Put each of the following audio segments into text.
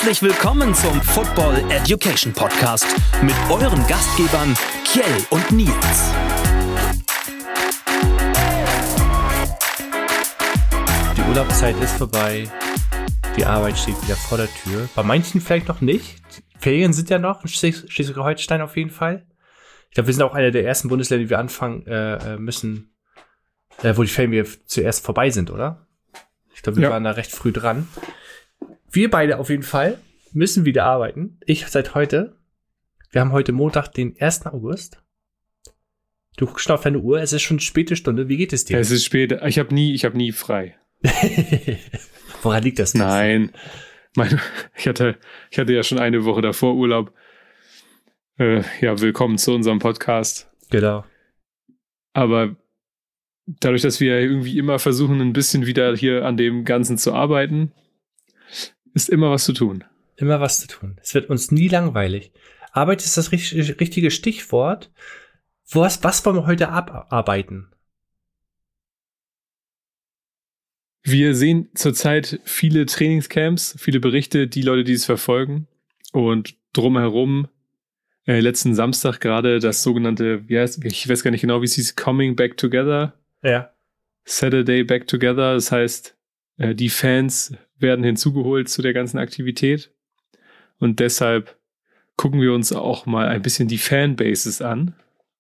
Herzlich willkommen zum Football Education Podcast mit euren Gastgebern Kjell und Nils. Die Urlaubszeit ist vorbei, die Arbeit steht wieder vor der Tür. Bei manchen vielleicht noch nicht. Ferien sind ja noch in Schleswig-Holstein auf jeden Fall. Ich glaube, wir sind auch einer der ersten Bundesländer, die wir anfangen müssen, wo die Ferien zuerst vorbei sind, oder? Ich glaube, wir waren da recht früh dran. Wir beide auf jeden Fall müssen wieder arbeiten. Ich seit heute. Wir haben heute Montag, den 1. August. Du guckst schon auf deine Uhr, es ist schon späte Stunde. Wie geht es dir? Es ist spät. Ich hab nie frei. Woran liegt das? Nein. Ich hatte ja schon eine Woche davor Urlaub. Willkommen zu unserem Podcast. Genau. Aber dadurch, dass wir irgendwie immer versuchen, ein bisschen wieder hier an dem Ganzen zu arbeiten, ist immer was zu tun. Immer was zu tun. Es wird uns nie langweilig. Arbeit ist das richtige Stichwort. Was wollen wir heute abarbeiten? Wir sehen zurzeit viele Trainingscamps, viele Berichte, die Leute, die es verfolgen. Und drumherum, letzten Samstag gerade das sogenannte, ich weiß gar nicht genau, wie es hieß, Coming Back Together. Ja. Saturday Back Together. Das heißt, die Fans werden hinzugeholt zu der ganzen Aktivität. Und deshalb gucken wir uns auch mal ein bisschen die Fanbases an.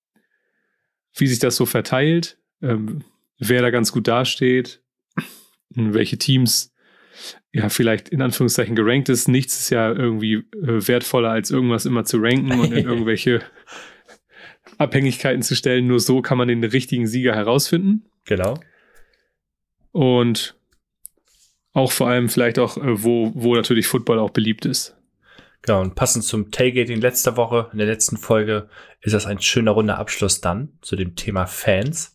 Wie sich das so verteilt, wer da ganz gut dasteht, welche Teams ja vielleicht in Anführungszeichen gerankt ist. Nichts ist ja irgendwie wertvoller als irgendwas immer zu ranken und in irgendwelche Abhängigkeiten zu stellen. Nur so kann man den richtigen Sieger herausfinden. Genau. Und auch vor allem vielleicht auch, wo natürlich Football auch beliebt ist. Genau, und passend zum Tailgating letzter Woche, in der letzten Folge, ist das ein schöner runder Abschluss dann zu dem Thema Fans.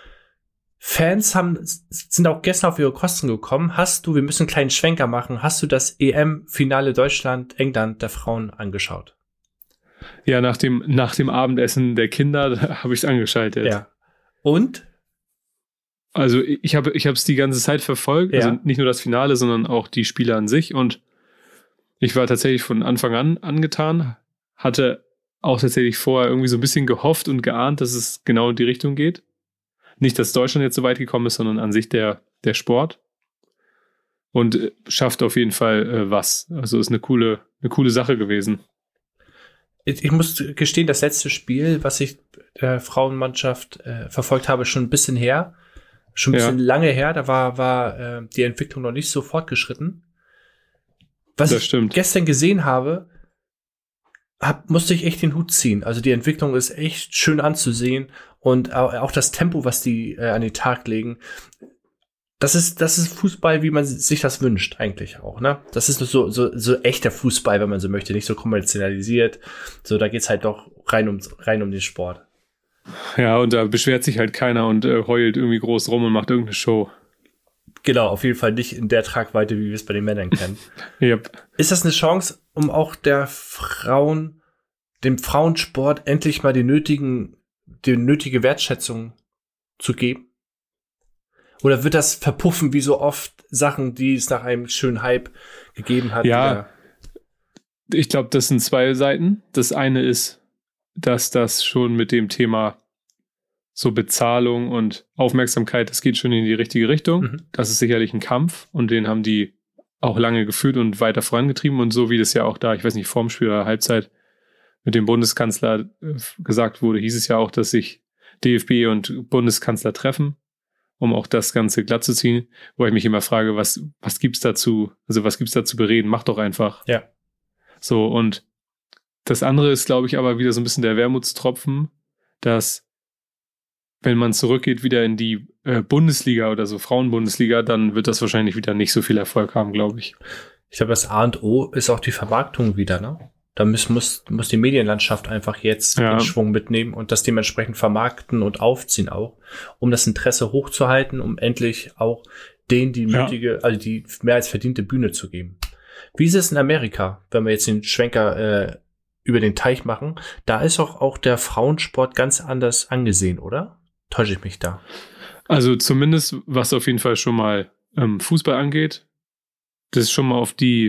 Fans sind auch gestern auf ihre Kosten gekommen. Wir müssen einen kleinen Schwenker machen, hast du das EM-Finale Deutschland-England der Frauen angeschaut? Ja, nach dem Abendessen der Kinder habe ich es angeschaltet. Ja. Und? Also ich habe es die ganze Zeit verfolgt, also nicht nur das Finale, sondern auch die Spiele an sich, und ich war tatsächlich von Anfang an angetan, hatte auch tatsächlich vorher irgendwie so ein bisschen gehofft und geahnt, dass es genau in die Richtung geht. Nicht, dass Deutschland jetzt so weit gekommen ist, sondern an sich der Sport, und schafft auf jeden Fall was. Also ist eine coole Sache gewesen. Ich muss gestehen, das letzte Spiel, was ich der Frauenmannschaft verfolgt habe, schon ein bisschen her. Schon ein bisschen lange her, da war die Entwicklung noch nicht so fortgeschritten. Was ich gestern gesehen habe, musste ich echt den Hut ziehen. Also die Entwicklung ist echt schön anzusehen, und auch das Tempo, was die an den Tag legen, das ist Fußball, wie man sich das wünscht eigentlich auch, ne? Das ist so echter Fußball, wenn man so möchte, nicht so kommerzialisiert. So, da geht's halt doch rein um den Sport. Ja, und da beschwert sich halt keiner und heult irgendwie groß rum und macht irgendeine Show. Genau, auf jeden Fall nicht in der Tragweite, wie wir es bei den Männern kennen. Yep. Ist das eine Chance, um auch dem Frauensport endlich mal die nötige Wertschätzung zu geben? Oder wird das verpuffen wie so oft Sachen, die es nach einem schönen Hype gegeben hat? Ja, ich glaube, das sind zwei Seiten. Das eine ist, dass das schon mit dem Thema so Bezahlung und Aufmerksamkeit, das geht schon in die richtige Richtung. Mhm. Das ist sicherlich ein Kampf, und den haben die auch lange geführt und weiter vorangetrieben, und so wie das ja auch da, ich weiß nicht, vorm Spiel oder Halbzeit mit dem Bundeskanzler gesagt wurde, hieß es ja auch, dass sich DFB und Bundeskanzler treffen, um auch das Ganze glatt zu ziehen, wo ich mich immer frage, was gibt's dazu, was gibt's da zu bereden? Mach doch einfach. Ja. So, und das andere ist, glaube ich, aber wieder so ein bisschen der Wermutstropfen, dass wenn man zurückgeht wieder in die Bundesliga oder so Frauenbundesliga, dann wird das wahrscheinlich wieder nicht so viel Erfolg haben, glaube ich. Ich glaube, das A und O ist auch die Vermarktung wieder, ne? Da muss die Medienlandschaft einfach jetzt den Schwung mitnehmen und das dementsprechend vermarkten und aufziehen auch, um das Interesse hochzuhalten, um endlich auch denen die nötige, also die mehr als verdiente Bühne zu geben. Wie ist es in Amerika, wenn wir jetzt den Schwenker über den Teich machen? Da ist auch der Frauensport ganz anders angesehen, oder? Täusche ich mich da? Also zumindest, was auf jeden Fall schon mal Fußball angeht, das ist schon mal auf die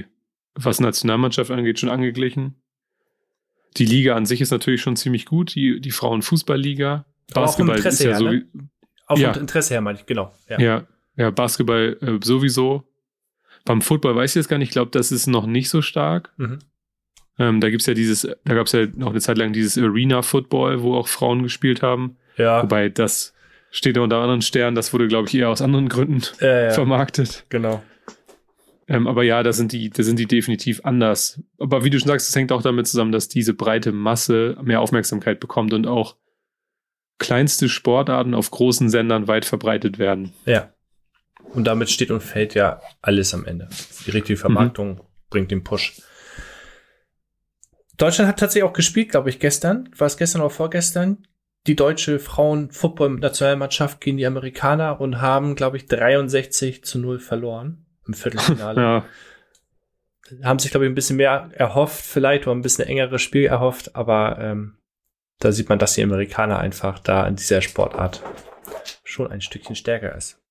was Nationalmannschaft angeht, schon angeglichen. Die Liga an sich ist natürlich schon ziemlich gut, die Frauenfußballliga. Basketball auch ist ja so. Ne? Auch vom Interesse her, meine ich, genau. Ja, Basketball sowieso. Beim Football weiß ich jetzt gar nicht, ich glaube, das ist noch nicht so stark. Mhm. Da gab es ja noch eine Zeit lang dieses Arena-Football, wo auch Frauen gespielt haben. Ja. Wobei das steht ja unter anderen Sternen, das wurde, glaube ich, eher aus anderen Gründen vermarktet. Genau. Aber ja, da sind die definitiv anders. Aber wie du schon sagst, es hängt auch damit zusammen, dass diese breite Masse mehr Aufmerksamkeit bekommt und auch kleinste Sportarten auf großen Sendern weit verbreitet werden. Ja. Und damit steht und fällt ja alles am Ende. Die richtige Vermarktung bringt den Push. Deutschland hat tatsächlich auch gespielt, glaube ich, gestern. War es gestern oder vorgestern? Die deutsche Frauen-Football-Nationalmannschaft gegen die Amerikaner und haben, glaube ich, 63-0 verloren im Viertelfinale. Ja. Haben sich, glaube ich, ein bisschen mehr erhofft, vielleicht, oder ein bisschen engeres Spiel erhofft, aber da sieht man, dass die Amerikaner einfach da in dieser Sportart schon ein Stückchen stärker ist.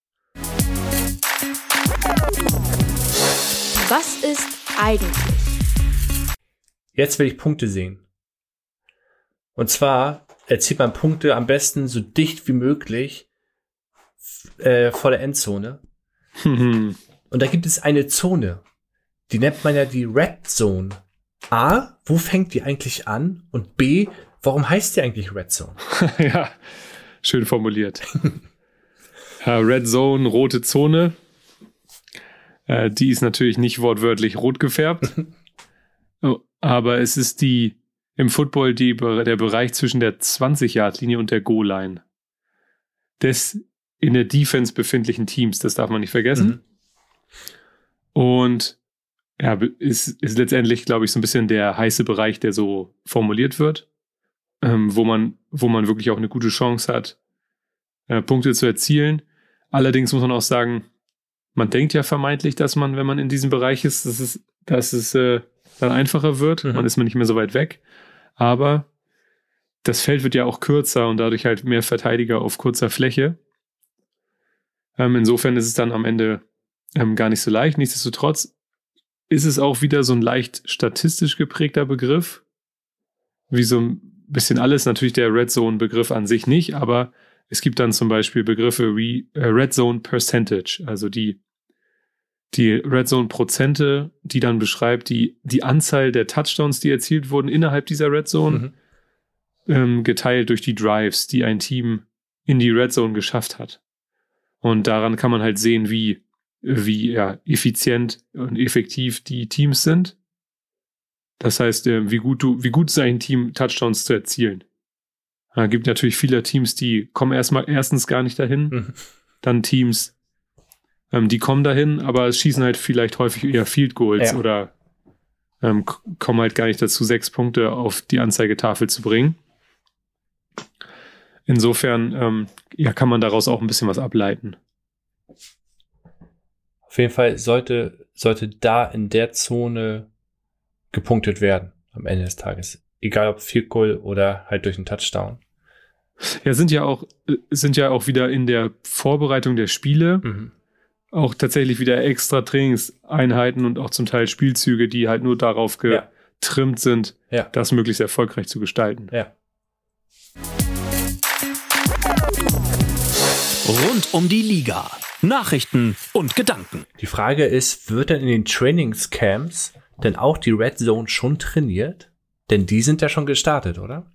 Was ist eigentlich? Jetzt will ich Punkte sehen. Und zwar erzielt man Punkte am besten so dicht wie möglich vor der Endzone. Und da gibt es eine Zone, die nennt man ja die Red Zone. A, wo fängt die eigentlich an? Und B, warum heißt die eigentlich Red Zone? Ja, schön formuliert. Ja, Red Zone, rote Zone. Die ist natürlich nicht wortwörtlich rot gefärbt. Aber es ist im Football der Bereich zwischen der 20-Yard-Linie und der Goal-Line des in der Defense befindlichen Teams. Das darf man nicht vergessen. Und ja, ist letztendlich, glaube ich, so ein bisschen der heiße Bereich, der so formuliert wird, wo man wirklich auch eine gute Chance hat, Punkte zu erzielen. Allerdings muss man auch sagen, man denkt ja vermeintlich, dass man, wenn man in diesem Bereich ist, dass es dann einfacher wird. Man ist nicht mehr so weit weg. Aber das Feld wird ja auch kürzer und dadurch halt mehr Verteidiger auf kurzer Fläche. Insofern ist es dann am Ende gar nicht so leicht. Nichtsdestotrotz ist es auch wieder so ein leicht statistisch geprägter Begriff. Wie so ein bisschen alles. Natürlich der Red Zone-Begriff an sich nicht, aber es gibt dann zum Beispiel Begriffe wie Red Zone Percentage, also die Red Zone Prozente, die dann beschreibt die Anzahl der Touchdowns, die erzielt wurden innerhalb dieser Red Zone, geteilt durch die Drives, die ein Team in die Red Zone geschafft hat. Und daran kann man halt sehen, wie effizient und effektiv die Teams sind. Das heißt, wie gut ist ein Team, Touchdowns zu erzielen. Es gibt natürlich viele Teams, die kommen erstens gar nicht dahin. Dann Teams, die kommen dahin, aber es schießen halt vielleicht häufig eher Field Goals oder kommen halt gar nicht dazu, 6 Punkte auf die Anzeigetafel zu bringen. Insofern kann man daraus auch ein bisschen was ableiten. Auf jeden Fall sollte da in der Zone gepunktet werden am Ende des Tages. Egal ob Field Goal oder halt durch einen Touchdown. Ja, sind ja auch wieder in der Vorbereitung der Spiele auch tatsächlich wieder extra Trainingseinheiten und auch zum Teil Spielzüge, die halt nur darauf getrimmt sind, das möglichst erfolgreich zu gestalten. Ja. Rund um die Liga. Nachrichten und Gedanken. Die Frage ist, wird denn in den Trainingscamps denn auch die Red Zone schon trainiert? Denn die sind ja schon gestartet, oder?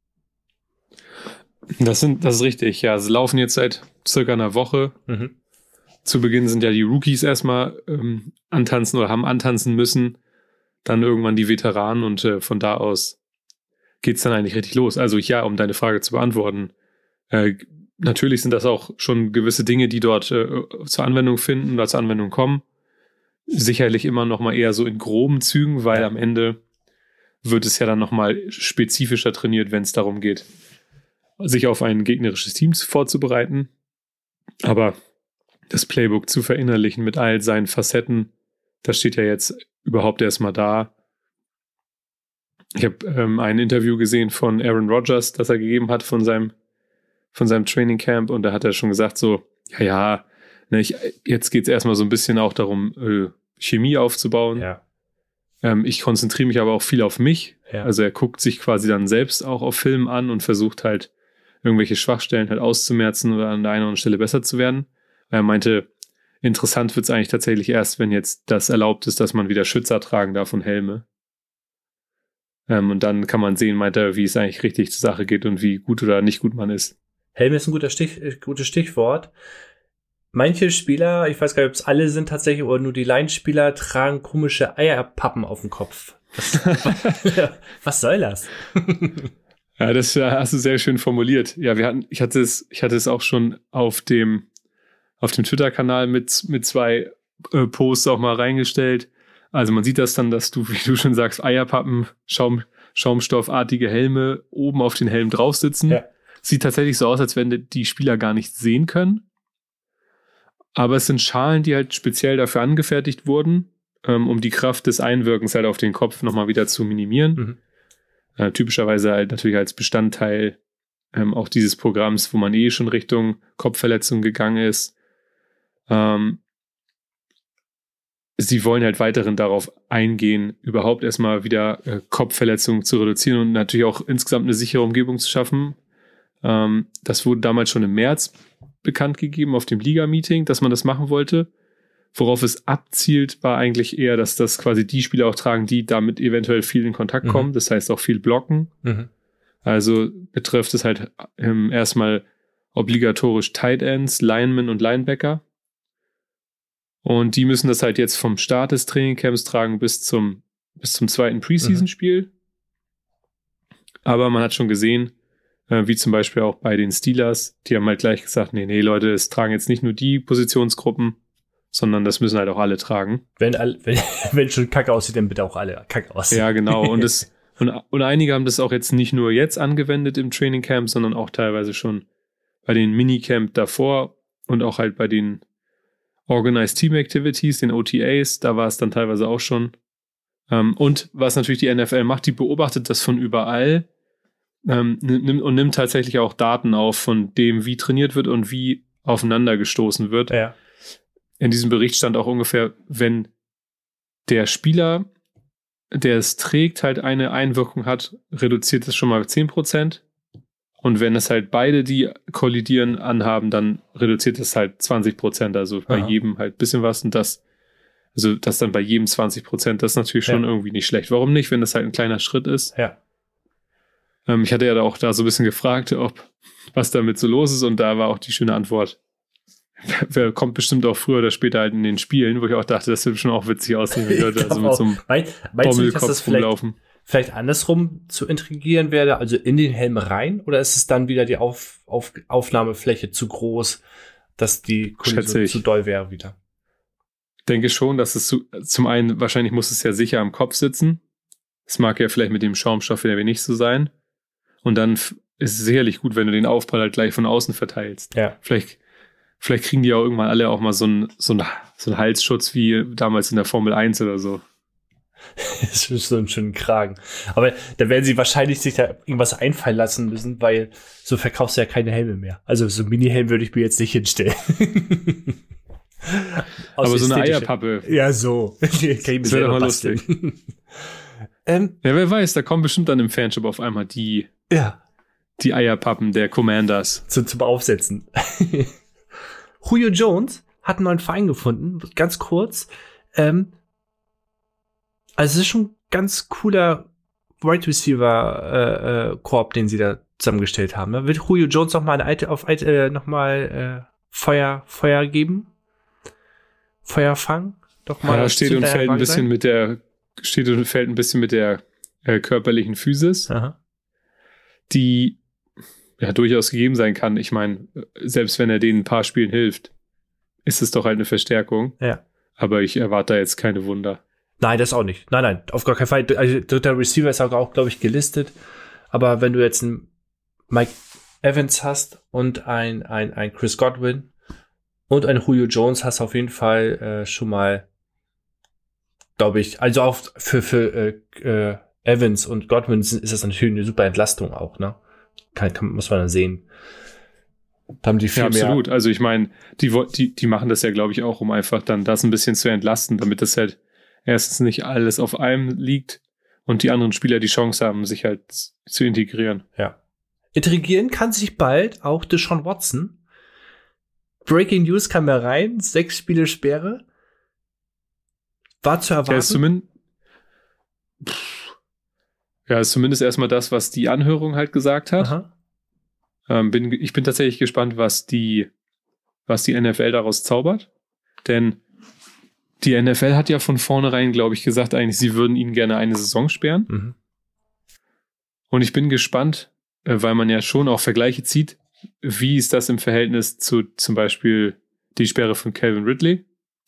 Das ist richtig, ja. Sie laufen jetzt seit circa einer Woche. Zu Beginn sind ja die Rookies erstmal antanzen oder haben antanzen müssen. Dann irgendwann die Veteranen und von da aus geht's dann eigentlich richtig los. Also um deine Frage zu beantworten, natürlich sind das auch schon gewisse Dinge, die dort zur Anwendung finden oder zur Anwendung kommen. Sicherlich immer noch mal eher so in groben Zügen, weil am Ende wird es ja dann noch mal spezifischer trainiert, wenn es darum geht, sich auf ein gegnerisches Team vorzubereiten. Aber das Playbook zu verinnerlichen mit all seinen Facetten, das steht ja jetzt überhaupt erstmal da. Ich habe ein Interview gesehen von Aaron Rodgers, das er gegeben hat von seinem Training Camp, und da hat er schon gesagt so, jetzt geht es erstmal so ein bisschen auch darum, Chemie aufzubauen. Ja. Ich konzentriere mich aber auch viel auf mich. Ja. Also er guckt sich quasi dann selbst auch auf Filmen an und versucht halt irgendwelche Schwachstellen halt auszumerzen oder an der einen oder anderen Stelle besser zu werden. Er meinte, interessant wird es eigentlich tatsächlich erst, wenn jetzt das erlaubt ist, dass man wieder Schützer tragen darf und Helme. Und dann kann man sehen, meint er, wie es eigentlich richtig zur Sache geht und wie gut oder nicht gut man ist. Helm ist ein gutes Stichwort. Manche Spieler, ich weiß gar nicht, ob es alle sind tatsächlich, oder nur die Laienspieler, tragen komische Eierpappen auf dem Kopf. Was soll das? Ja, das hast du sehr schön formuliert. Ja, ich hatte es auch schon auf dem Twitter-Kanal mit 2 Posts auch mal reingestellt. Also man sieht das dann, dass du, wie du schon sagst, Eierpappen, Schaumstoffartige Helme oben auf den Helm drauf sitzen. Ja. Sieht tatsächlich so aus, als wenn die Spieler gar nicht sehen können. Aber es sind Schalen, die halt speziell dafür angefertigt wurden, um die Kraft des Einwirkens halt auf den Kopf nochmal wieder zu minimieren. Typischerweise halt natürlich als Bestandteil auch dieses Programms, wo man schon Richtung Kopfverletzung gegangen ist. Sie wollen halt weiterhin darauf eingehen, überhaupt erstmal wieder Kopfverletzungen zu reduzieren und natürlich auch insgesamt eine sichere Umgebung zu schaffen. Das wurde damals schon im März bekannt gegeben auf dem Liga-Meeting, dass man das machen wollte. Worauf es abzielt, war eigentlich eher, dass das quasi die Spieler auch tragen, die damit eventuell viel in Kontakt kommen. Das heißt auch viel blocken. Also betrifft es halt erstmal obligatorisch Tight Ends, Linemen und Linebacker. Und die müssen das halt jetzt vom Start des Trainingcamps tragen bis zum zweiten Preseason-Spiel. Aber man hat schon gesehen, wie zum Beispiel auch bei den Steelers, die haben halt gleich gesagt, nee Leute, es tragen jetzt nicht nur die Positionsgruppen, sondern das müssen halt auch alle tragen. Wenn schon Kacke aussieht, dann bitte auch alle Kacke aussehen. Ja, genau. Und einige haben das auch jetzt nicht nur jetzt angewendet im Trainingcamp, sondern auch teilweise schon bei den Minicamp davor und auch halt bei den Organized Team Activities, den OTAs, da war es dann teilweise auch schon. Und was natürlich die NFL macht, die beobachtet das von überall nimmt tatsächlich auch Daten auf von dem, wie trainiert wird und wie aufeinander gestoßen wird. Ja. In diesem Bericht stand auch ungefähr, wenn der Spieler, der es trägt, halt eine Einwirkung hat, reduziert es schon mal 10%. Und wenn es halt beide, die kollidieren, anhaben, dann reduziert es halt 20%. Also bei jedem halt ein bisschen was. Und das dann bei jedem 20%, das ist natürlich schon irgendwie nicht schlecht. Warum nicht, wenn das halt ein kleiner Schritt ist? Ja. Ich hatte ja auch da so ein bisschen gefragt, was damit so los ist. Und da war auch die schöne Antwort. Wer kommt bestimmt auch früher oder später halt in den Spielen, wo ich auch dachte, das wird schon auch witzig aussehen, wenn Leute also mit so einem Bommelkopf rumlaufen. Vielleicht andersrum zu integrieren werde, also in den Helm rein, oder ist es dann wieder die Aufnahmefläche zu groß, dass die Kollision zu doll wäre wieder? Ich denke schon, dass es zum einen, wahrscheinlich muss es ja sicher am Kopf sitzen. Es mag ja vielleicht mit dem Schaumstoff wieder nicht so sein. Und dann ist es sicherlich gut, wenn du den Aufprall halt gleich von außen verteilst. Ja. Vielleicht kriegen die auch irgendwann alle auch mal so einen Halsschutz wie damals in der Formel 1 oder so. Das ist so einen schönen Kragen. Aber da werden sie wahrscheinlich sich da irgendwas einfallen lassen müssen, weil so verkaufst du ja keine Helme mehr. Also so einen Mini-Helm würde ich mir jetzt nicht hinstellen. Aber so eine Eierpappe. Ja, so. Das wäre doch mal lustig. Ja, wer weiß, da kommen bestimmt dann im Fanshop auf einmal die Eierpappen der Commanders. Zum Aufsetzen. Julio Jones hat einen neuen Verein gefunden, ganz kurz. Also es ist schon ein ganz cooler Wide Receiver Korb, den sie da zusammengestellt haben. Da wird Julio Jones nochmal Feuer geben? Feuer fangen? Doch mal. Ja, steht und fällt ein bisschen mit der körperlichen Physis, die ja durchaus gegeben sein kann. Ich meine, selbst wenn er denen ein paar Spielen hilft, ist es doch halt eine Verstärkung. Ja. Aber ich erwarte da jetzt keine Wunder. Nein, das auch nicht. Nein, auf gar keinen Fall. Also, dritter Receiver ist auch, glaube ich, gelistet. Aber wenn du jetzt einen Mike Evans hast und ein Chris Godwin und ein Julio Jones, hast du auf jeden Fall schon mal, glaube ich, also auch für Evans und Godwin ist das natürlich eine super Entlastung auch, ne? Muss man dann sehen. Da haben die viel mehr. Absolut. Also ich meine, die machen das ja, glaube ich, auch, um einfach dann das ein bisschen zu entlasten, damit das halt erstens nicht alles auf einem liegt und die anderen Spieler die Chance haben, sich halt zu integrieren. Ja. Integrieren kann sich bald auch Deshaun Watson. Breaking News kam ja rein, 6 Spiele Sperre. War zu erwarten. Ist zumindest erstmal das, was die Anhörung halt gesagt hat. Ich bin tatsächlich gespannt, was die NFL daraus zaubert. Denn die NFL hat ja von vornherein, glaube ich, gesagt, eigentlich, sie würden ihn gerne eine Saison sperren. Mhm. Und ich bin gespannt, weil man ja schon auch Vergleiche zieht, wie ist das im Verhältnis zu zum Beispiel die Sperre von Calvin Ridley?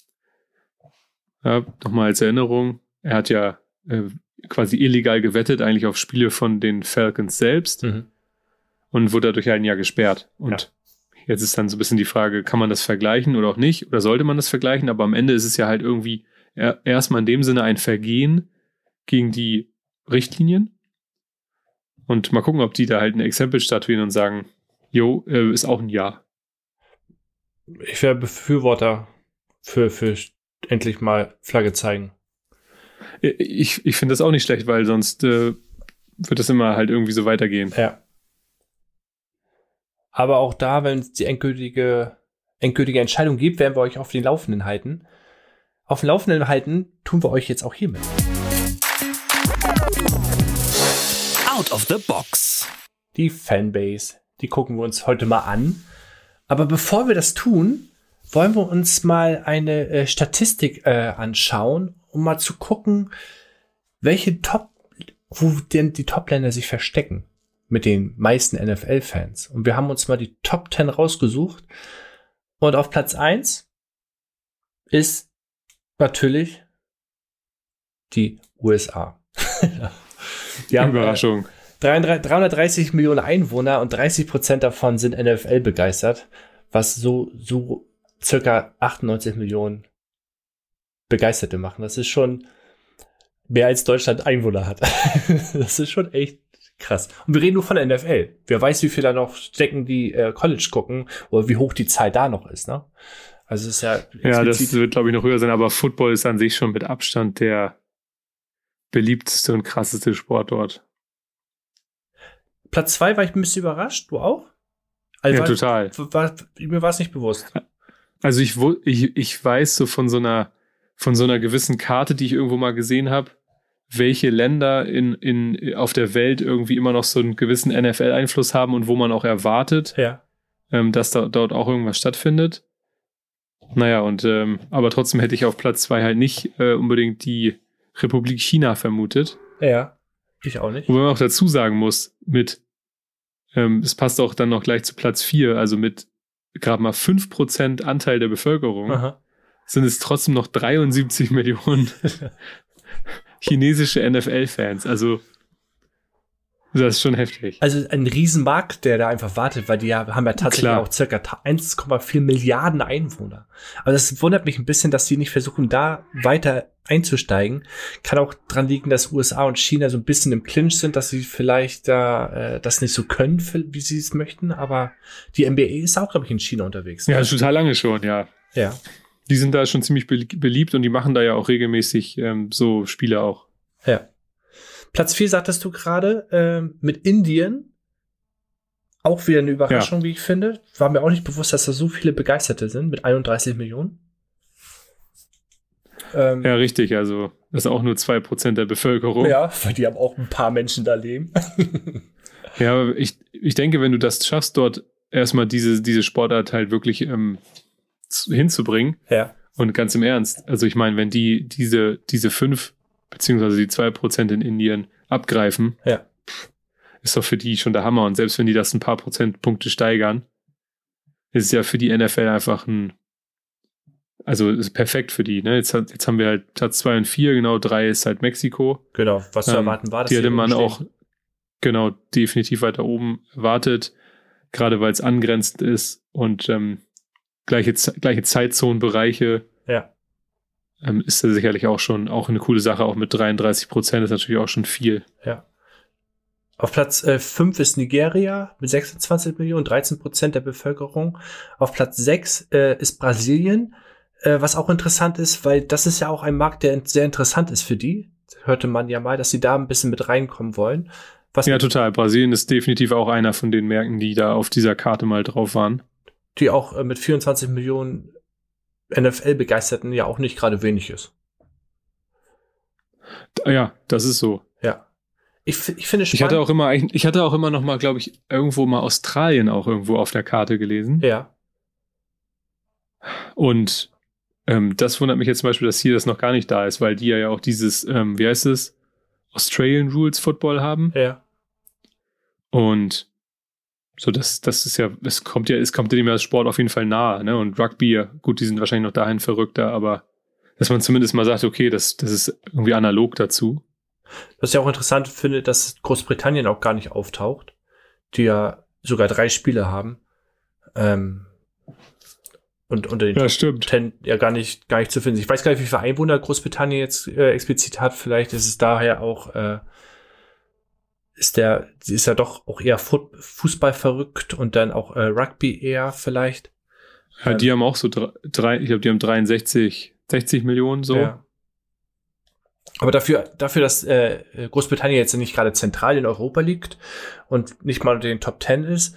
Ja, nochmal als Erinnerung, er hat ja quasi illegal gewettet, eigentlich auf Spiele von den Falcons selbst und wurde dadurch ein Jahr gesperrt. Und jetzt ist dann so ein bisschen die Frage, kann man das vergleichen oder auch nicht? Oder sollte man das vergleichen? Aber am Ende ist es ja halt irgendwie erstmal in dem Sinne ein Vergehen gegen die Richtlinien. Und mal gucken, ob die da halt ein Exempel statuieren und sagen, ist auch ein Jahr. Ich wäre Befürworter für endlich mal Flagge zeigen. Ich finde das auch nicht schlecht, weil sonst wird das immer halt irgendwie so weitergehen. Ja. Aber auch da, wenn es die endgültige Entscheidung gibt, werden wir euch auf den Laufenden halten. Auf dem Laufenden halten tun wir euch jetzt auch hiermit. Out of the Box. Die Fanbase, die gucken wir uns heute mal an. Aber bevor wir das tun, wollen wir uns mal eine Statistik anschauen, um mal zu gucken, wo denn die Top-Länder sich verstecken mit den meisten NFL-Fans. Und wir haben uns mal die Top 10 rausgesucht. Und auf Platz 1 ist natürlich die USA. Die haben, Überraschung. 330 Millionen Einwohner und 30% davon sind NFL begeistert, was so circa 98 Millionen Begeisterte machen. Das ist schon mehr als Deutschland Einwohner hat. Das ist schon echt krass. Und wir reden nur von der NFL. Wer weiß, wie viele da noch stecken, die College gucken oder wie hoch die Zahl da noch ist, ne? Also es ist ja... Ja, das wird, glaube ich, noch höher sein, aber Football ist an sich schon mit Abstand der beliebteste und krasseste Sport dort. Platz 2 war ich ein bisschen überrascht. Du auch? Also total. Mir war es nicht bewusst. Also ich weiß so von so einer gewissen Karte, die ich irgendwo mal gesehen habe, welche Länder auf der Welt irgendwie immer noch so einen gewissen NFL-Einfluss haben und wo man auch erwartet, dass dort auch irgendwas stattfindet. Naja, aber trotzdem hätte ich auf Platz 2 halt nicht unbedingt die Republik China vermutet. Ja, ich auch nicht. Wobei man auch dazu sagen muss, es passt auch dann noch gleich zu Platz 4, also mit gerade mal 5% Anteil der Bevölkerung, sind es trotzdem noch 73 Millionen chinesische NFL-Fans. Also das ist schon heftig. Also ein Riesenmarkt, der da einfach wartet, weil die haben ja tatsächlich auch circa 1,4 Milliarden Einwohner. Aber das wundert mich ein bisschen, dass die nicht versuchen, da weiter einzusteigen. Kann auch dran liegen, dass USA und China so ein bisschen im Clinch sind, dass sie vielleicht da das nicht so können, wie sie es möchten. Aber die NBA ist auch, glaube ich, in China unterwegs. Ja, total lange schon, ja. Ja. Die sind da schon ziemlich beliebt und die machen da ja auch regelmäßig so Spiele auch. Ja. Platz 4 sagtest du gerade, mit Indien. Auch wieder eine Überraschung, wie ich finde. War mir auch nicht bewusst, dass da so viele Begeisterte sind, mit 31 Millionen. Ja, richtig. Also, das ist auch nur 2% der Bevölkerung. Ja, weil die haben auch ein paar Menschen da leben. Ja, aber ich denke, wenn du das schaffst, dort erstmal diese Sportart halt wirklich hinzubringen. Ja. Und ganz im Ernst, also ich meine, wenn diese 5 beziehungsweise die 2% in Indien abgreifen, ist doch für die schon der Hammer. Und selbst wenn die das ein paar Prozentpunkte steigern, ist es ja für die NFL einfach ist perfekt für die. Ne? Jetzt haben wir halt Platz 2 und 4, genau, 3 ist halt Mexiko. Genau, was zu erwarten war, dass die hätte man auch definitiv weiter oben erwartet, gerade weil es angrenzend ist und gleiche Zeitzonenbereiche. Ja. Ist da sicherlich auch eine coole Sache, auch mit 33% ist natürlich auch schon viel. Ja. Auf Platz 5 ist Nigeria mit 26 Millionen, 13% der Bevölkerung. Auf Platz 6 ist Brasilien was auch interessant ist, weil das ist ja auch ein Markt, der sehr interessant ist für die. Hörte man ja mal, dass sie da ein bisschen mit reinkommen wollen. Ja, total. Brasilien ist definitiv auch einer von den Märkten, die da auf dieser Karte mal drauf waren. Die auch mit 24 Millionen NFL-Begeisterten ja auch nicht gerade wenig ist. Ja, das ist so. Ja. Ich finde es spannend. Ich hatte auch immer noch mal, glaube ich, irgendwo mal Australien auch irgendwo auf der Karte gelesen. Ja. Und das wundert mich jetzt zum Beispiel, dass hier das noch gar nicht da ist, weil die ja auch dieses, wie heißt es, Australian Rules Football haben. Ja. Und so, das ist ja, es kommt ja dem als Sport auf jeden Fall nahe, ne? Und Rugby, ja, gut, die sind wahrscheinlich noch dahin verrückter, aber dass man zumindest mal sagt, okay, das ist irgendwie analog dazu. Was ich auch interessant finde, dass Großbritannien auch gar nicht auftaucht, die ja sogar 3 Spiele haben. Und unter den Ja, stimmt. 10 ja gar nicht zu finden. Ich weiß gar nicht, wie viele Einwohner Großbritannien jetzt explizit hat. Vielleicht ist es daher auch, sie ist ja doch auch eher Fußball verrückt und dann auch Rugby eher vielleicht. Ja, die haben auch so ich glaube, die haben 60 Millionen so. Ja. Aber dafür, dass Großbritannien jetzt nicht gerade zentral in Europa liegt und nicht mal unter den Top 10 ist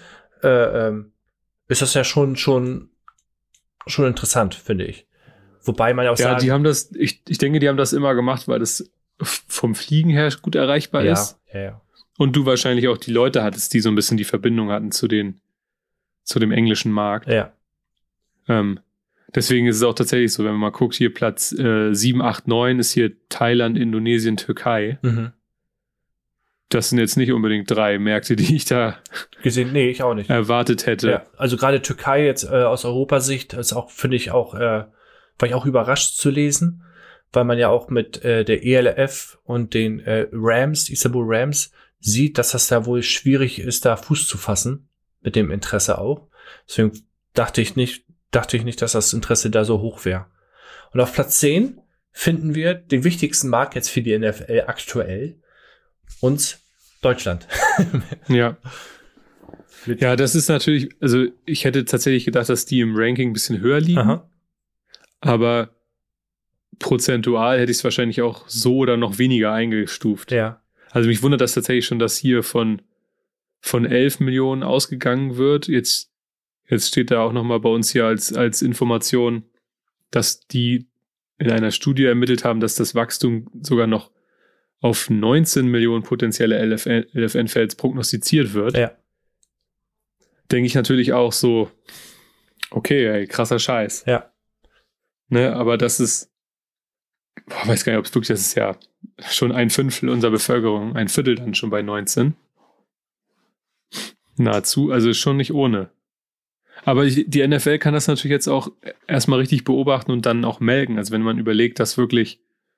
das ja schon interessant, finde ich. Wobei man ja auch sagen... die haben das, ich denke, die haben das immer gemacht, weil das vom Fliegen her gut erreichbar ist. Ja. Und du wahrscheinlich auch die Leute hattest, die so ein bisschen die Verbindung hatten zu dem englischen Markt. Ja. Deswegen ist es auch tatsächlich so, wenn man mal guckt, hier Platz 7, 8, 9 ist hier Thailand, Indonesien, Türkei. Mhm. Das sind jetzt nicht unbedingt 3 Märkte, die ich da ich auch nicht erwartet hätte. Ja, also gerade Türkei jetzt aus Europasicht ist auch, finde ich auch, war ich auch überrascht zu lesen, weil man ja auch mit der ELF und den Istanbul Rams sieht, dass das da wohl schwierig ist, da Fuß zu fassen, mit dem Interesse auch. Deswegen dachte ich nicht, dass das Interesse da so hoch wäre. Und auf Platz 10 finden wir den wichtigsten Markt jetzt für die NFL aktuell, uns Deutschland. Ja. Ja, das ist natürlich, also ich hätte tatsächlich gedacht, dass die im Ranking ein bisschen höher liegen. Aha. Aber prozentual hätte ich es wahrscheinlich auch so oder noch weniger eingestuft. Ja. Also mich wundert das tatsächlich schon, dass hier von 11 Millionen ausgegangen wird. Jetzt steht da auch nochmal bei uns hier als Information, dass die in einer Studie ermittelt haben, dass das Wachstum sogar noch auf 19 Millionen potenzielle LFN-Fans prognostiziert wird. Ja. Denke ich natürlich auch so, okay, ey, krasser Scheiß. Ja. Ne, aber das ist, weiß gar nicht, ob es wirklich, das ist ja schon 1/5 unserer Bevölkerung, 1/4 dann schon bei 19. Nahezu, also schon nicht ohne. Aber die NFL kann das natürlich jetzt auch erstmal richtig beobachten und dann auch melden. Also wenn man überlegt, dass wirklich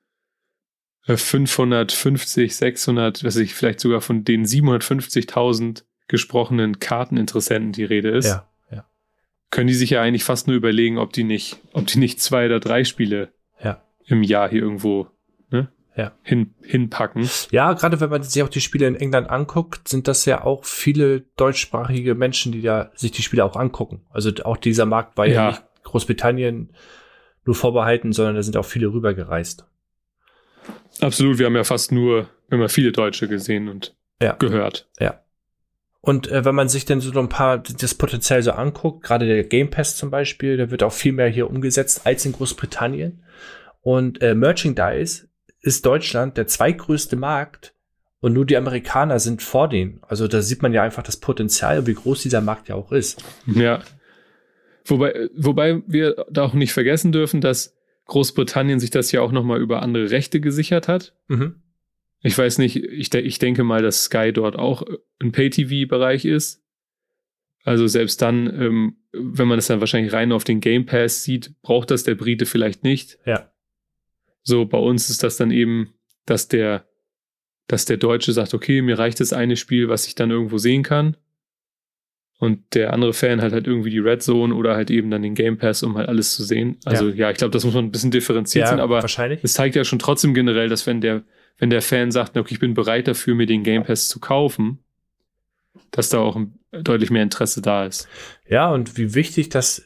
550, 600, weiß ich, vielleicht sogar von den 750.000 gesprochenen Karteninteressenten die Rede ist, Ja. können die sich ja eigentlich fast nur überlegen, ob die nicht 2 oder 3 Spiele im Jahr hier irgendwo hinpacken. Ja, gerade wenn man sich auch die Spiele in England anguckt, sind das ja auch viele deutschsprachige Menschen, die da sich die Spiele auch angucken. Also auch dieser Markt war ja nicht Großbritannien nur vorbehalten, sondern da sind auch viele rübergereist. Absolut, wir haben ja viele Deutsche gesehen und gehört. Ja. Und wenn man sich dann so ein paar das Potenzial so anguckt, gerade der Game Pass zum Beispiel, der wird auch viel mehr hier umgesetzt als in Großbritannien. Und Merchandise ist Deutschland der zweitgrößte Markt und nur die Amerikaner sind vor denen. Also da sieht man ja einfach das Potenzial, wie groß dieser Markt ja auch ist. Ja. Wobei wir da auch nicht vergessen dürfen, dass Großbritannien sich das ja auch nochmal über andere Rechte gesichert hat. Mhm. Ich weiß nicht, ich denke mal, dass Sky dort auch ein Pay-TV-Bereich ist. Also selbst dann, wenn man das dann wahrscheinlich rein auf den Game Pass sieht, braucht das der Brite vielleicht nicht. Ja. So, bei uns ist das dann eben, dass der Deutsche sagt, okay, mir reicht das eine Spiel, was ich dann irgendwo sehen kann. Und der andere Fan hat halt irgendwie die Red Zone oder halt eben dann den Game Pass, um halt alles zu sehen. Also ja, ich glaube, das muss man ein bisschen differenziert sehen, aber es zeigt ja schon trotzdem generell, dass wenn der Fan sagt, okay, ich bin bereit dafür, mir den Game Pass zu kaufen, dass da auch deutlich mehr Interesse da ist. Ja, und wie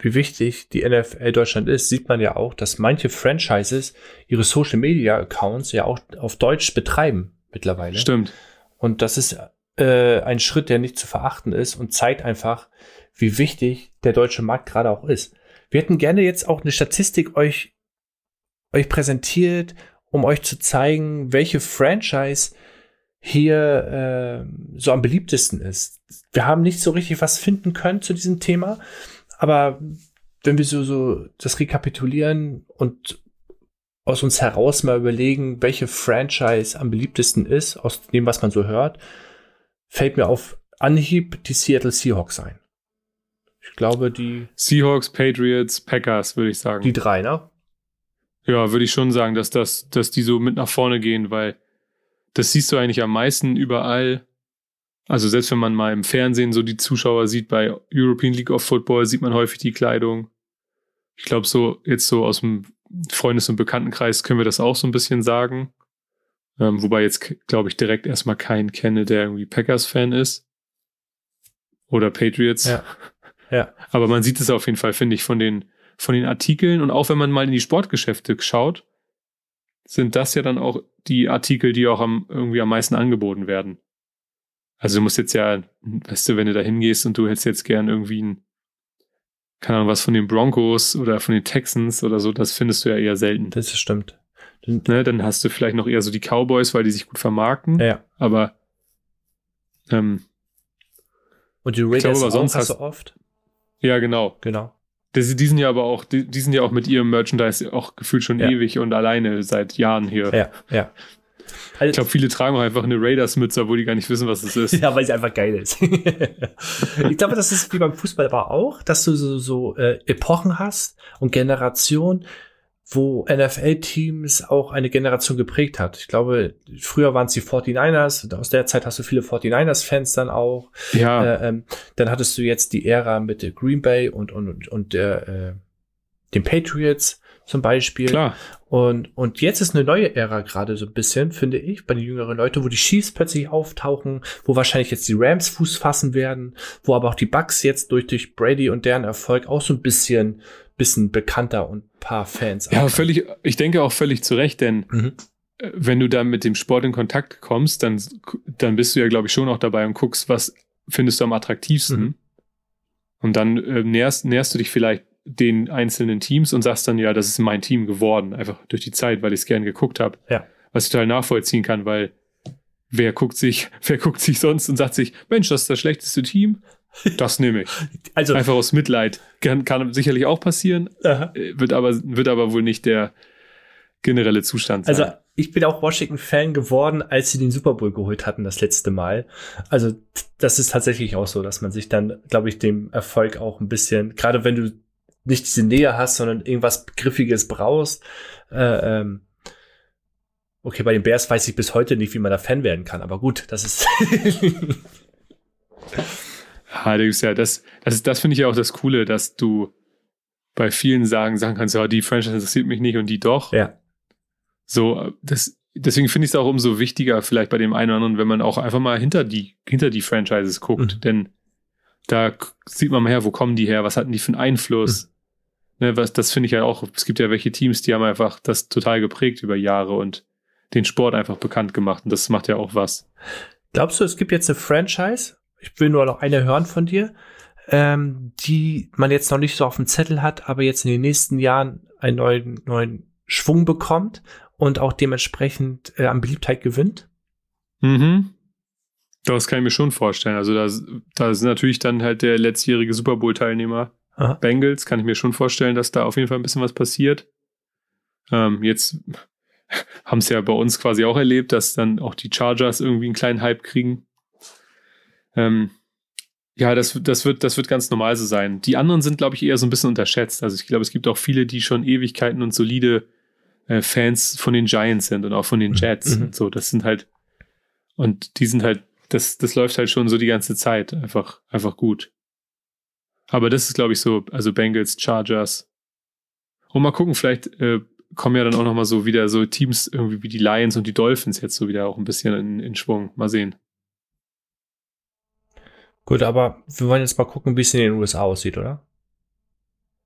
wie wichtig die NFL Deutschland ist, sieht man ja auch, dass manche Franchises ihre Social Media Accounts ja auch auf Deutsch betreiben mittlerweile. Stimmt. Und das ist ein Schritt, der nicht zu verachten ist und zeigt einfach, wie wichtig der deutsche Markt gerade auch ist. Wir hätten gerne jetzt auch eine Statistik euch präsentiert, um euch zu zeigen, welche Franchise hier so am beliebtesten ist. Wir haben nicht so richtig was finden können zu diesem Thema, aber wenn wir so das rekapitulieren und aus uns heraus mal überlegen, welche Franchise am beliebtesten ist, aus dem, was man so hört, fällt mir auf Anhieb die Seattle Seahawks ein. Ich glaube, die Seahawks, Patriots, Packers, würde ich sagen. Die 3, ne? Ja, würde ich schon sagen, dass die so mit nach vorne gehen, weil das siehst du eigentlich am meisten überall. Also selbst wenn man mal im Fernsehen so die Zuschauer sieht, bei European League of Football sieht man häufig die Kleidung. Ich glaube, so jetzt so aus dem Freundes- und Bekanntenkreis können wir das auch so ein bisschen sagen. Wobei jetzt, glaube ich, direkt erstmal keinen kenne, der irgendwie Packers-Fan ist. Oder Patriots. Ja. Aber man sieht es auf jeden Fall, finde ich, von den Artikeln. Und auch wenn man mal in die Sportgeschäfte schaut, sind das ja dann auch die Artikel, die auch irgendwie am meisten angeboten werden. Also du musst jetzt ja, weißt du, wenn du da hingehst und du hättest jetzt gern irgendwie keine Ahnung, was von den Broncos oder von den Texans oder so, das findest du ja eher selten. Das stimmt. Ne, dann hast du vielleicht noch eher so die Cowboys, weil die sich gut vermarkten. Ja. Aber und die Raiders glaube, sonst hast du oft? Ja, genau. Die sind ja aber auch, die sind ja auch mit ihrem Merchandise auch gefühlt schon ewig und alleine seit Jahren hier. Ja. Ich glaube, viele tragen auch einfach eine Raiders-Mütze, obwohl die gar nicht wissen, was es ist. Ja, weil sie einfach geil ist. Ich glaube, das ist wie beim Fußball aber auch, dass du so Epochen hast und Generationen, wo NFL-Teams auch eine Generation geprägt hat. Ich glaube, früher waren es die 49ers, und aus der Zeit hast du viele 49ers-Fans dann auch. Ja. Dann hattest du jetzt die Ära mit Green Bay und den Patriots zum Beispiel. Klar. Und jetzt ist eine neue Ära gerade so ein bisschen, finde ich, bei den jüngeren Leuten, wo die Chiefs plötzlich auftauchen, wo wahrscheinlich jetzt die Rams Fuß fassen werden, wo aber auch die Bucks jetzt durch Brady und deren Erfolg auch so ein bisschen bekannter und ein paar Fans. Ja, ich denke auch völlig zu Recht, denn wenn du da mit dem Sport in Kontakt kommst, dann bist du ja, glaube ich, schon auch dabei und guckst, was findest du am attraktivsten. Und dann näherst du dich vielleicht den einzelnen Teams und sagst dann, ja, das ist mein Team geworden, einfach durch die Zeit, weil ich es gern geguckt habe. Ja. Was ich total nachvollziehen kann, weil wer guckt sich sonst und sagt sich, Mensch, das ist das schlechteste Team? Das nehme ich. Also einfach aus Mitleid. Kann sicherlich auch passieren, wird aber wohl nicht der generelle Zustand sein. Also ich bin auch Washington-Fan geworden, als sie den Super Bowl geholt hatten das letzte Mal. Also das ist tatsächlich auch so, dass man sich dann, glaube ich, dem Erfolg auch ein bisschen, gerade wenn du nicht diese Nähe hast, sondern irgendwas Griffiges brauchst. Okay, bei den Bears weiß ich bis heute nicht, wie man da Fan werden kann, aber gut, das ist das finde ich ja auch das Coole, dass du bei vielen sagen kannst, ja, die Franchise interessiert mich nicht und die doch. Ja. So, deswegen finde ich es auch umso wichtiger, vielleicht bei dem einen oder anderen, wenn man auch einfach mal hinter die Franchises guckt, denn da sieht man mal her, wo kommen die her, was hatten die für einen Einfluss. Ne, das finde ich ja auch, es gibt ja welche Teams, die haben einfach das total geprägt über Jahre und den Sport einfach bekannt gemacht und das macht ja auch was. Glaubst du, es gibt jetzt eine Franchise, ich will nur noch eine hören von dir, die man jetzt noch nicht so auf dem Zettel hat, aber jetzt in den nächsten Jahren einen neuen Schwung bekommt und auch dementsprechend an Beliebtheit gewinnt? Das kann ich mir schon vorstellen. Also da ist natürlich dann halt der letztjährige Super Bowl-Teilnehmer Bengals, kann ich mir schon vorstellen, dass da auf jeden Fall ein bisschen was passiert. Jetzt haben es ja bei uns quasi auch erlebt, dass dann auch die Chargers irgendwie einen kleinen Hype kriegen. Ja, das wird ganz normal so sein. Die anderen sind, glaube ich, eher so ein bisschen unterschätzt. Also ich glaube, es gibt auch viele, die schon Ewigkeiten und solide Fans von den Giants sind und auch von den Jets und so. Das sind halt, und die sind halt, das läuft halt schon so die ganze Zeit einfach gut. Aber das ist, glaube ich, so, also Bengals, Chargers. Und mal gucken, vielleicht kommen ja dann auch noch mal so wieder so Teams irgendwie wie die Lions und die Dolphins jetzt so wieder auch ein bisschen in Schwung. Mal sehen. Gut, aber wir wollen jetzt mal gucken, wie es in den USA aussieht, oder?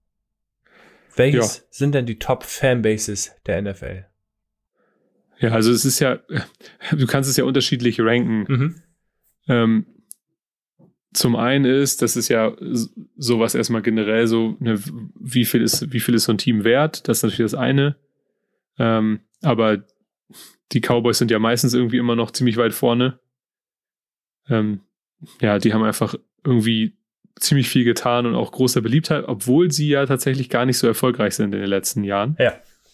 Welches sind denn die Top-Fanbases der NFL? Ja, also es ist ja, du kannst es ja unterschiedlich ranken. Zum einen das ist ja sowas erstmal generell so, ne, wie viel ist so ein Team wert? Das ist natürlich das eine. Aber die Cowboys sind ja meistens irgendwie immer noch ziemlich weit vorne. Ja, die haben einfach irgendwie ziemlich viel getan und auch große Beliebtheit, obwohl sie ja tatsächlich gar nicht so erfolgreich sind in den letzten Jahren. Ja.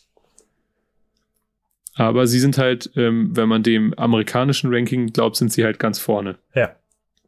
Aber sie sind halt, wenn man dem amerikanischen Ranking glaubt, sind sie halt ganz vorne. Ja.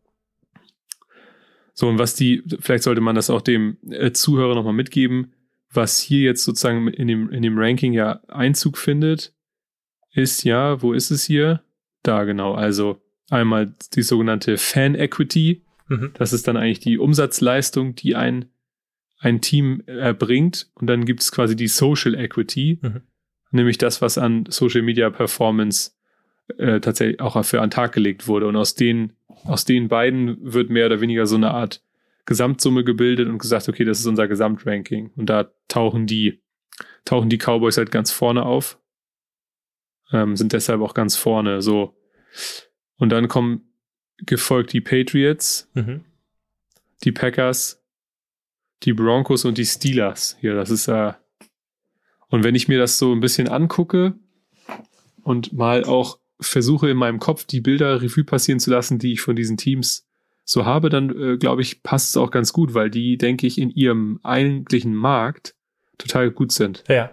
So, und vielleicht sollte man das auch dem Zuhörer nochmal mitgeben, was hier jetzt sozusagen in dem Ranking ja Einzug findet, ist ja, wo ist es hier? Da, genau. Also einmal die sogenannte Fan Equity. Das ist dann eigentlich die Umsatzleistung, die ein Team erbringt. Und dann gibt es quasi die Social Equity, nämlich das, was an Social Media Performance tatsächlich auch für an den Tag gelegt wurde. Und aus den beiden wird mehr oder weniger so eine Art Gesamtsumme gebildet und gesagt, okay, das ist unser Gesamtranking. Und da tauchen die Cowboys halt ganz vorne auf. Sind deshalb auch ganz vorne. So. Und dann kommen gefolgt die Patriots, die Packers, die Broncos und die Steelers. Ja, das ist und wenn ich mir das so ein bisschen angucke und mal auch versuche in meinem Kopf die Bilder Revue passieren zu lassen, die ich von diesen Teams so habe, dann glaube ich, passt es auch ganz gut, weil die, denke ich, in ihrem eigentlichen Markt total gut sind. Ja.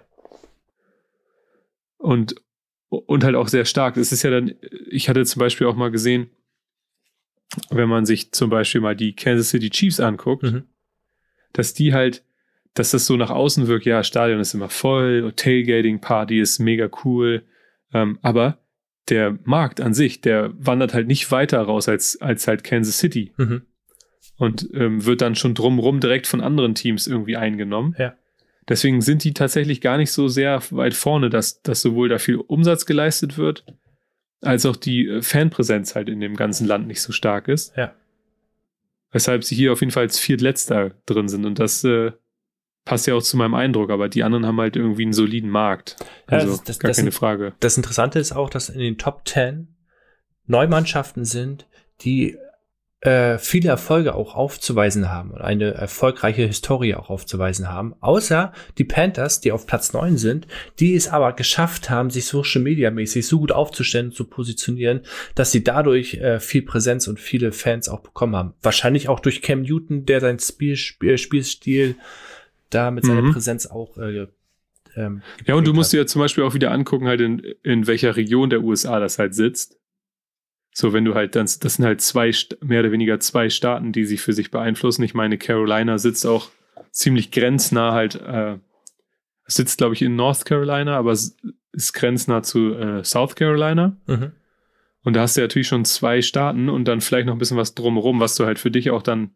Und halt auch sehr stark. Das ist ja dann, ich hatte zum Beispiel auch mal gesehen, wenn man sich zum Beispiel mal die Kansas City Chiefs anguckt, dass das so nach außen wirkt, ja, Stadion ist immer voll, und Tailgating-Party ist mega cool, aber der Markt an sich, der wandert halt nicht weiter raus als halt Kansas City und wird dann schon drumrum direkt von anderen Teams irgendwie eingenommen. Ja. Deswegen sind die tatsächlich gar nicht so sehr weit vorne, dass sowohl da viel Umsatz geleistet wird, als auch die Fanpräsenz halt in dem ganzen Land nicht so stark ist. Ja. Weshalb sie hier auf jeden Fall als Viertletzter drin sind. Und das passt ja auch zu meinem Eindruck, aber die anderen haben halt irgendwie einen soliden Markt. Also gar keine Frage. Das Interessante ist auch, dass in den Top 10 Neumannschaften sind, die viele Erfolge auch aufzuweisen haben und eine erfolgreiche Historie auch aufzuweisen haben. Außer die Panthers, die auf Platz 9 sind, die es aber geschafft haben, sich Social Media mäßig so gut aufzustellen und zu positionieren, dass sie dadurch viel Präsenz und viele Fans auch bekommen haben. Wahrscheinlich auch durch Cam Newton, der seinen Spielstil da mit seiner Präsenz auch ja, und du musst dir ja zum Beispiel auch wieder angucken, halt in welcher Region der USA das halt sitzt. So, wenn du halt das sind halt mehr oder weniger zwei Staaten, die sich für sich beeinflussen. Ich meine, Carolina sitzt auch ziemlich grenznah halt, sitzt, glaube ich, in North Carolina, aber ist grenznah zu South Carolina. Und da hast du ja natürlich schon zwei Staaten und dann vielleicht noch ein bisschen was drumherum, was du halt für dich auch dann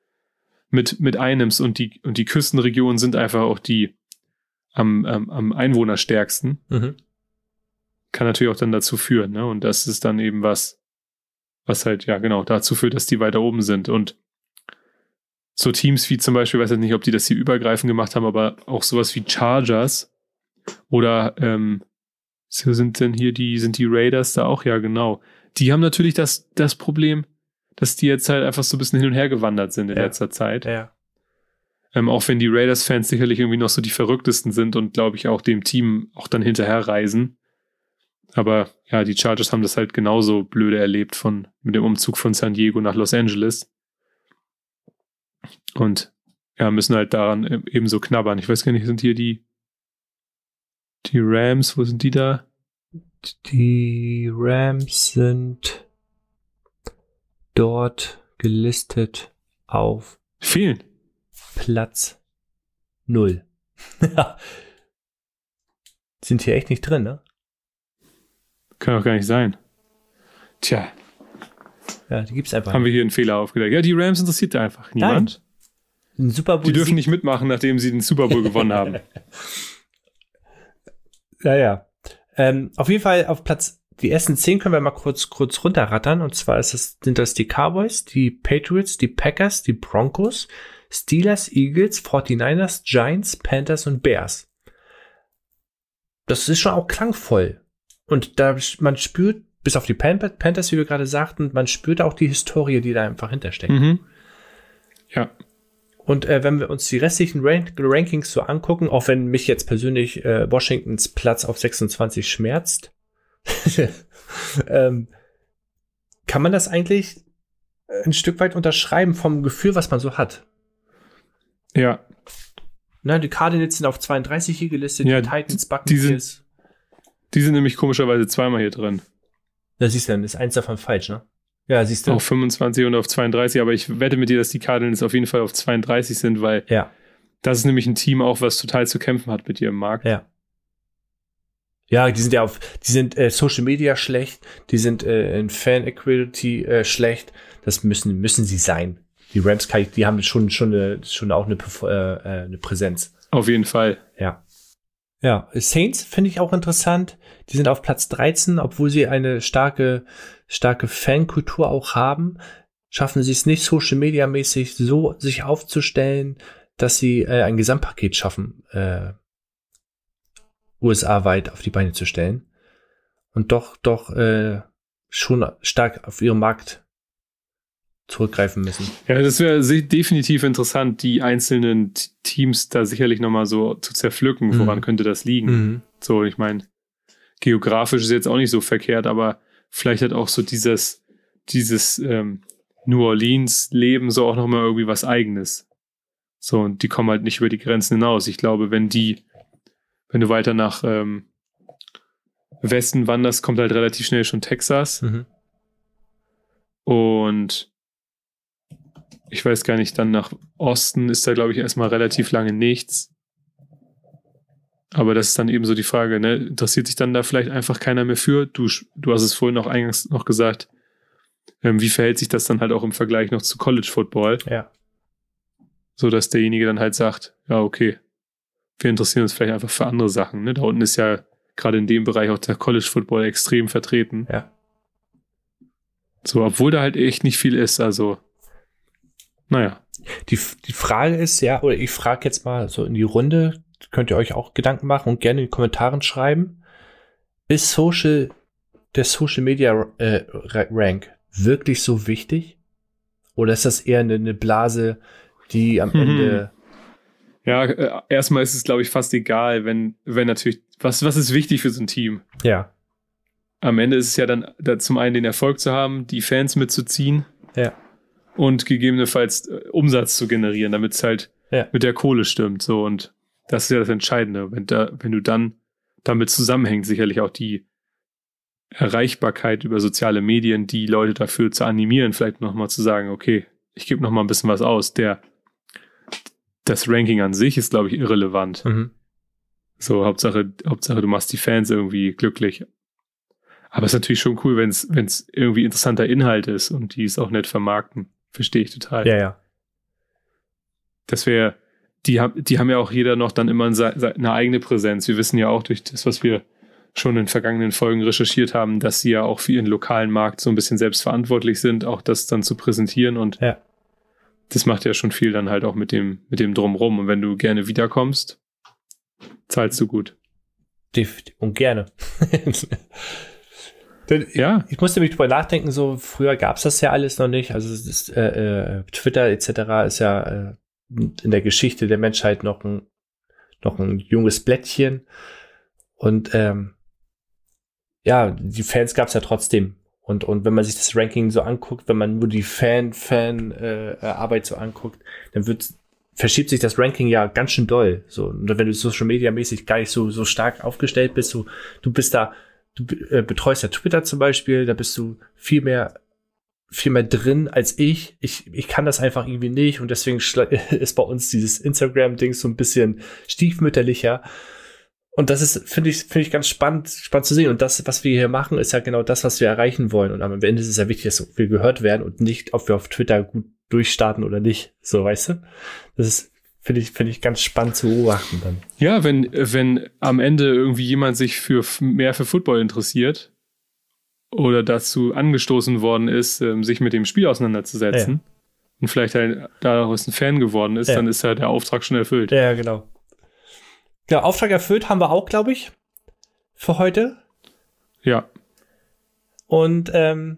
mit einnimmst. Und die Küstenregionen sind einfach auch die am einwohnerstärksten. Kann natürlich auch dann dazu führen, ne? Und das ist dann eben was halt, ja genau, dazu führt, dass die weiter oben sind. Und so Teams wie zum Beispiel, weiß ich nicht, ob die das hier übergreifend gemacht haben, aber auch sowas wie Chargers oder sind die Raiders da auch? Ja, genau. Die haben natürlich das Problem, dass die jetzt halt einfach so ein bisschen hin und her gewandert sind in letzter Zeit. Ja. Auch wenn die Raiders-Fans sicherlich irgendwie noch so die verrücktesten sind und, glaube ich, auch dem Team auch dann hinterher reisen. Aber ja, die Chargers haben das halt genauso blöde erlebt mit dem Umzug von San Diego nach Los Angeles. Und ja, müssen halt daran ebenso knabbern. Ich weiß gar nicht, sind hier die Rams, wo sind die da? Die Rams sind dort gelistet auf Fehlen. Platz 0. Sind hier echt nicht drin, ne? Kann doch gar nicht sein. Tja. Ja, die gibt's einfach. Haben wir hier einen Fehler aufgedeckt. Ja, die Rams interessiert da einfach niemand. Nein. Super Bowl die dürfen nicht mitmachen, nachdem sie den Super Bowl gewonnen haben. Ja. Auf jeden Fall auf die ersten 10 können wir mal kurz runterrattern. Und zwar sind das die Cowboys, die Patriots, die Packers, die Broncos, Steelers, Eagles, 49ers, Giants, Panthers und Bears. Das ist schon auch klangvoll. Und da man spürt, bis auf die Panthers, wie wir gerade sagten, man spürt auch die Historie, die da einfach hintersteckt. Mhm. Ja. Und wenn wir uns die restlichen Rankings so angucken, auch wenn mich jetzt persönlich Washingtons Platz auf 26 schmerzt, kann man das eigentlich ein Stück weit unterschreiben vom Gefühl, was man so hat. Ja. Na, die Cardinals sind auf 32 hier gelistet, ja, die Titans, Buccaneers. Die sind nämlich komischerweise zweimal hier drin. Da siehst du, dann ist eins davon falsch, ne? Ja, siehst du. Auf 25 und auf 32, aber ich wette mit dir, dass die Cardinals auf jeden Fall auf 32 sind, weil das ist nämlich ein Team auch, was total zu kämpfen hat mit ihrem Markt. Ja. Ja, die sind Social Media schlecht, die sind in Fan Equity schlecht. Das müssen sie sein. Die Rams, die haben schon auch eine Präsenz. Auf jeden Fall. Ja. Ja, Saints finde ich auch interessant. Die sind auf Platz 13, obwohl sie eine starke Fankultur auch haben, schaffen sie es nicht Social Media mäßig so sich aufzustellen, dass sie ein Gesamtpaket schaffen, USA-weit auf die Beine zu stellen und doch schon stark auf ihren Markt zurückgreifen müssen. Ja, das wäre definitiv interessant, die einzelnen Teams da sicherlich nochmal so zu zerpflücken, woran könnte das liegen. Mhm. So, ich meine, geografisch ist jetzt auch nicht so verkehrt, aber vielleicht hat auch so dieses New Orleans-Leben so auch nochmal irgendwie was Eigenes. So, und die kommen halt nicht über die Grenzen hinaus. Ich glaube, wenn du weiter nach Westen wanderst, kommt halt relativ schnell schon Texas. Mhm. Und ich weiß gar nicht, dann nach Osten ist da, glaube ich, erstmal relativ lange nichts. Aber das ist dann eben so die Frage, ne? Interessiert sich dann da vielleicht einfach keiner mehr für? Du hast es vorhin auch eingangs noch gesagt. Wie verhält sich das dann halt auch im Vergleich noch zu College Football? Ja. So, dass derjenige dann halt sagt, ja, okay, wir interessieren uns vielleicht einfach für andere Sachen. Ne? Da unten ist ja gerade in dem Bereich auch der College Football extrem vertreten. Ja. So, obwohl da halt echt nicht viel ist, also naja. Die Frage ist ja, oder ich frage jetzt mal so in die Runde, könnt ihr euch auch Gedanken machen und gerne in den Kommentaren schreiben, ist der Social Media Rank wirklich so wichtig? Oder ist das eher eine Blase, die am Ende... Ja, erstmal ist es, glaube ich, fast egal, wenn natürlich, was ist wichtig für so ein Team? Ja. Am Ende ist es ja dann zum einen den Erfolg zu haben, die Fans mitzuziehen. Ja. Und gegebenenfalls Umsatz zu generieren, damit es halt mit der Kohle stimmt. So, und das ist ja das Entscheidende. Wenn du dann damit zusammenhängt, sicherlich auch die Erreichbarkeit über soziale Medien, die Leute dafür zu animieren, vielleicht nochmal zu sagen, okay, ich gebe nochmal ein bisschen was aus. Das Ranking an sich ist, glaube ich, irrelevant. Mhm. So, Hauptsache, du machst die Fans irgendwie glücklich. Aber es ist natürlich schon cool, wenn es irgendwie interessanter Inhalt ist und die es auch nett vermarkten. Verstehe ich total. Ja. Das wäre, die haben ja auch jeder noch dann immer eine eigene Präsenz. Wir wissen ja auch durch das, was wir schon in vergangenen Folgen recherchiert haben, dass sie ja auch für ihren lokalen Markt so ein bisschen selbstverantwortlich sind, auch das dann zu präsentieren und das macht ja schon viel dann halt auch mit dem Drumrum. Und wenn du gerne wiederkommst, zahlst du gut. Und gerne. Ja. Ich musste mich drüber nachdenken, so früher gab es das ja alles noch nicht. Also Twitter etc. ist ja in der Geschichte der Menschheit noch ein junges Blättchen. Und die Fans gab es ja trotzdem. Und wenn man sich das Ranking so anguckt, wenn man nur die Arbeit so anguckt, dann verschiebt sich das Ranking ja ganz schön doll. So, und wenn du Social Media mäßig gar nicht so stark aufgestellt bist, du bist da, du betreust ja Twitter zum Beispiel, da bist du viel mehr drin als ich. Ich kann das einfach irgendwie nicht und deswegen ist bei uns dieses Instagram-Ding so ein bisschen stiefmütterlicher. Und das ist, finde ich ganz spannend zu sehen. Und das, was wir hier machen, ist ja genau das, was wir erreichen wollen. Und am Ende ist es ja wichtig, dass wir gehört werden und nicht, ob wir auf Twitter gut durchstarten oder nicht. So, weißt du? Das ist, finde ich ganz spannend zu beobachten dann. Ja, wenn am Ende irgendwie jemand sich mehr für Football interessiert oder dazu angestoßen worden ist, sich mit dem Spiel auseinanderzusetzen, und vielleicht halt daraus ein Fan geworden ist, dann ist ja der Auftrag schon erfüllt. Ja, genau. Ja, Auftrag erfüllt haben wir auch, glaube ich, für heute. Ja. Und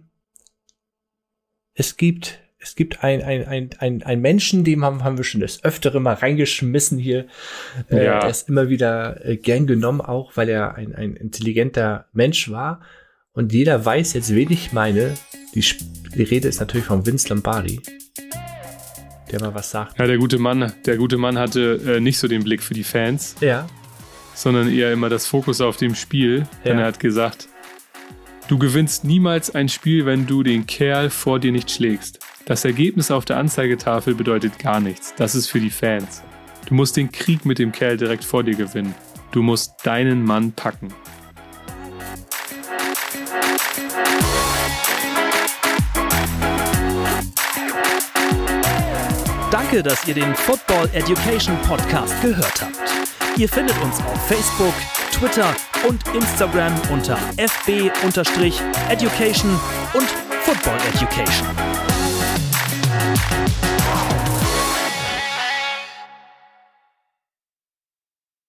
es gibt einen Menschen, dem haben wir schon das Öftere mal reingeschmissen hier. Er ist immer wieder gern genommen, auch weil er ein intelligenter Mensch war. Und jeder weiß jetzt, wen ich meine. Die Rede ist natürlich von Vince Lombardi, der mal was sagt. Ja, der gute Mann hatte nicht so den Blick für die Fans, sondern eher immer das Fokus auf dem Spiel. Denn er hat gesagt, du gewinnst niemals ein Spiel, wenn du den Kerl vor dir nicht schlägst. Das Ergebnis auf der Anzeigetafel bedeutet gar nichts. Das ist für die Fans. Du musst den Krieg mit dem Kerl direkt vor dir gewinnen. Du musst deinen Mann packen. Danke, dass ihr den Football Education Podcast gehört habt. Ihr findet uns auf Facebook, Twitter und Instagram unter fb_education und Football Education.